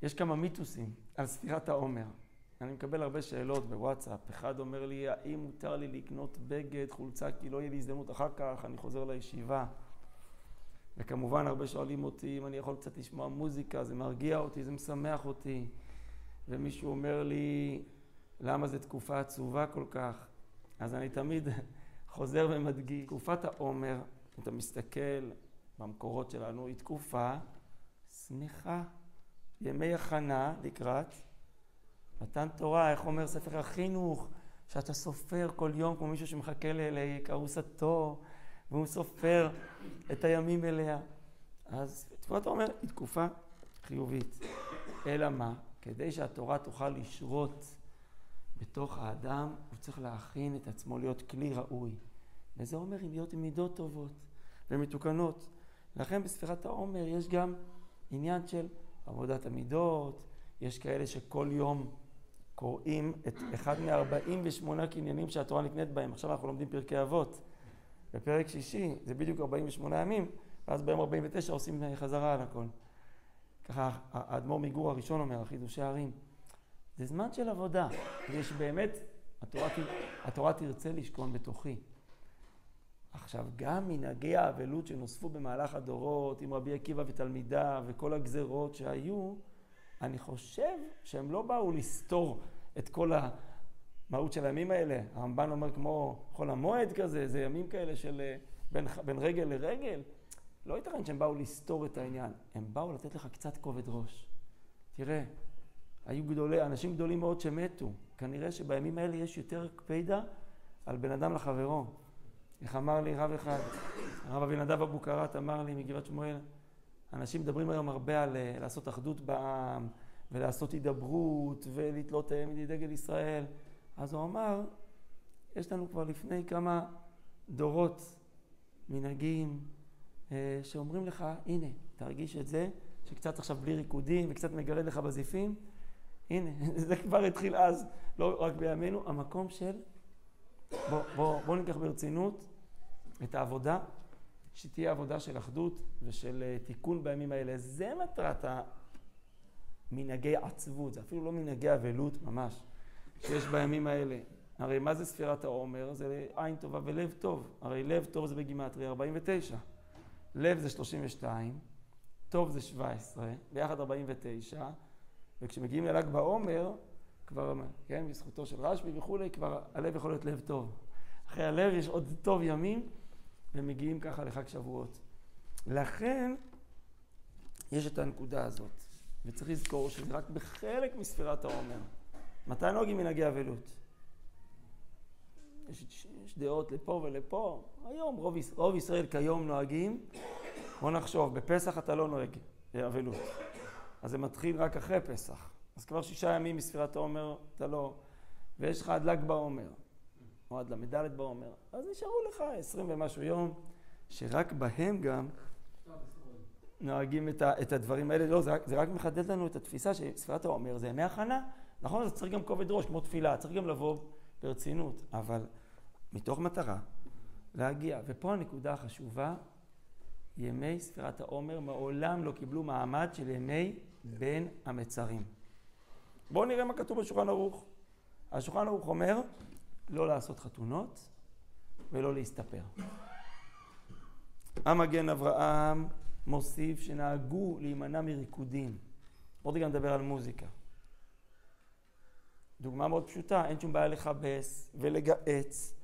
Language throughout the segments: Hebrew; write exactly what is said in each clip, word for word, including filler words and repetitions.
יש כמה מיתוסים על ספירת העומר. אני מקבל הרבה שאלות בוואטסאפ. אחד אומר לי, האם מותר לי לקנות בגד, חולצה, כי לא יהיה לי הזדמנות אחר כך, אני חוזר לישיבה. וכמובן הרבה שואלים אותי אם אני יכול קצת לשמוע מוזיקה, זה מרגיע אותי, זה משמח אותי. ומישהו אומר לי, למה זו תקופה עצובה כל כך? אז אני תמיד חוזר ומדגיש. תקופת העומר, אתה מסתכל במקורות שלנו, היא תקופה שמחה. ימי הכנה לקראת מתן תורה, איך אומר ספר החינוך, שאתה סופר כל יום כמו מישהו שמחכה לכרוסתו, והוא סופר את הימים אליה. אז תקופת העומר היא תקופה חיובית. אלא מה? כדי שהתורה תוכל לשרות בתוך האדם, הוא צריך להכין את עצמו להיות כלי ראוי. וזה אומר להיות עם מידות טובות ומתוקנות. לכן בספירת העומר יש גם עניין של עבודת המידות. יש כאלה שכל יום קוראים את אחד מ-ארבעים ושמונה קניינים שהתורה נקנית בהם. עכשיו אנחנו לומדים פרקי אבות. בפרק שישי זה בדיוק ארבעים ושמונה ימים, ואז ביום ארבעים ותשע עושים חזרה על הכל. ככה האדמו"ר מגור הראשון אומר, חידושי הערים. זה זמן של עבודה, כדי שבאמת התורה, התורה תרצה לשכון בתוכי. עכשיו, גם מנהגי האבלות שנוספו במהלך הדורות, עם רבי עקיבא ותלמידיו וכל הגזרות שהיו, אני חושב שהם לא באו לסתור את כל המהות של הימים האלה. הרמב"ן אומר כמו חול המועד כזה, זה ימים כאלה של בין, בין רגל לרגל. לא ייתכן שהם באו לסתור את העניין, הם באו לתת לך קצת כובד ראש. תראה, היו גדולי, אנשים גדולים מאוד שמתו. כנראה שבימים האלה יש יותר קפידה על בן אדם לחברו. איך אמר לי רב אחד, הרב אבינדב אבו קרת אמר לי מגבעת שמואל, אנשים מדברים היום הרבה על לעשות אחדות בעם, ולעשות הידברות, ולתלות דגל ישראל. אז הוא אמר, יש לנו כבר לפני כמה דורות מנהגים, שאומרים לך, הנה, תרגיש את זה, שקצת עכשיו בלי ריקודים, וקצת מגרד לך בזיפים. הנה, זה כבר התחיל אז, לא רק בימינו, המקום של, בוא, בוא, בוא ניקח ברצינות את העבודה, שתהיה עבודה של אחדות ושל תיקון בימים האלה. זה מטרת המנהגי עצבות, זה אפילו לא מנהגי אבלות ממש, שיש בימים האלה. הרי מה זה ספירת העומר? זה עין טובה ולב טוב. הרי לב טוב זה בגימטריה ארבעים ותשע. לב זה שלושים ושתיים, טוב זה שבע עשרה, ביחד ארבעים ותשע, וכשמגיעים לל"ג בעומר, כבר, כן, בזכותו של רשב"י וכולי, כבר הלב יכול להיות לב טוב. אחרי הלב יש עוד טוב ימים, ומגיעים ככה לחג שבועות. לכן, יש את הנקודה הזאת, וצריך לזכור שזה רק בחלק מספירת העומר. מתי נוהגים מנהגי אבלות? יש, יש דעות לפה ולפה. היום רוב, רוב ישראל כיום נוהגים. בוא נחשוב, בפסח אתה לא נוהג אבלות. אז זה מתחיל רק אחרי פסח. אז כבר שישה ימים מספירת העומר אתה לא... ויש לך עד ל"ג בעומר, או עד למדלת בעומר. אז נשארו לך עשרים ומשהו יום, שרק בהם גם נוהגים את, ה, את הדברים האלה. לא, זה רק, זה רק מחדד לנו את התפיסה שספירת העומר זה ימי הכנה. נכון, אז צריך גם כובד ראש, כמו תפילה, צריך גם לבוא ברצינות, אבל מתוך מטרה להגיע. ופה הנקודה החשובה, ימי ספירת העומר מעולם לא קיבלו מעמד של ימי בין המצרים. בואו נראה מה כתוב בשולחן ערוך. השולחן ערוך אומר לא לעשות חתונות ולא להסתפר. המגן אברהם מוסיף שנהגו להימנע מריקודים. בואו גם נדבר על מוזיקה. דוגמה מאוד פשוטה, אין שום בעיה לכבס ולגעץ,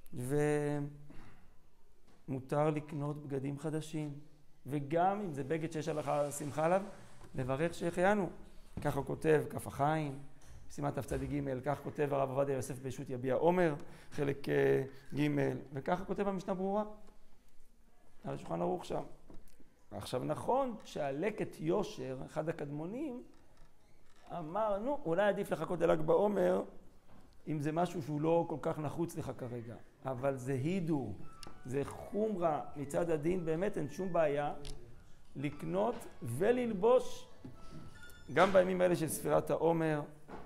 ומותר לקנות בגדים חדשים, וגם אם זה בגד שיש לך שמחה עליו, לברך שהחיינו. ככה כותב כף החיים, בשימת תצ"ג, כך כותב הרב עובדיה יוסף בישות יביע עומר, חלק ג', וככה כותב המשנה ברורה, על השולחן ערוך שם. עכשיו נכון, שהלקט יושר, אחד הקדמונים, אמר, נו, אולי עדיף לחכות לל"ג בעומר, אם זה משהו שהוא לא כל כך נחוץ לך כרגע. אבל זה הידור, זה חומרה מצד הדין, באמת אין שום בעיה לקנות וללבוש, גם בימים האלה של ספירת העומר,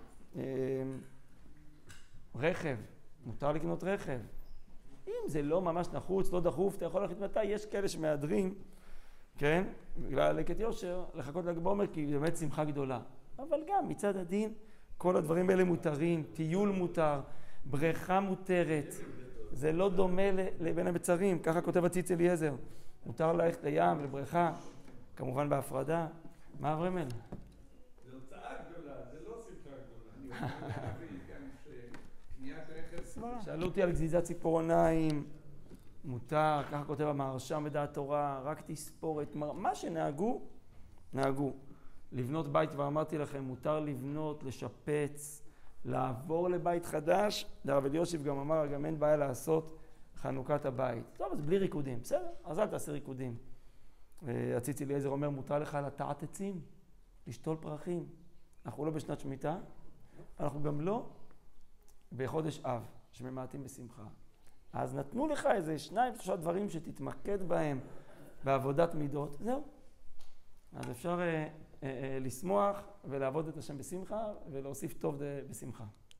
רכב, מותר לקנות רכב. אם זה לא ממש נחוץ, לא דחוף, אתה יכול להחליט מתי, יש כאלה שמהדרים, כן, בגלל לקט יושר, לחכות ל"ג בעומר, כי באמת שמחה גדולה. אבל גם מצד הדין, כל הדברים האלה מותרים, טיול מותר, בריכה מותרת. זה לא דומה לבין המצרים, ככה כותב הציץ אליעזר. מותר ללכת לים ולבריכה, כמובן בהפרדה. מה אברמל? זה הוצאה גדולה, זה לא שמחה גדולה. אני אומר להבין גם שקניית רכב... שאלו אותי על גזיזת ציפורניים, מותר, ככה כותב המהרש"ם בדעת תורה, רק תספורת, מה שנהגו, נהגו. לבנות בית, כבר אמרתי לכם, מותר לבנות, לשפץ, לעבור לבית חדש. הרב אלישיב גם אמר, גם אין בעיה לעשות חנוכת הבית. טוב, אז בלי ריקודים, בסדר? אז אל תעשה ריקודים. הציץ אליעזר אומר, מותר לך לטעת עצים, לשתול פרחים. אנחנו לא בשנת שמיטה, אנחנו גם לא בחודש אב, שממעטים בשמחה. אז נתנו לך איזה שניים, שלושה דברים שתתמקד בהם בעבודת מידות, זהו. אז אפשר אה, אה, לשמוח ולעבוד את השם בשמחה ולהוסיף טוב בשמחה.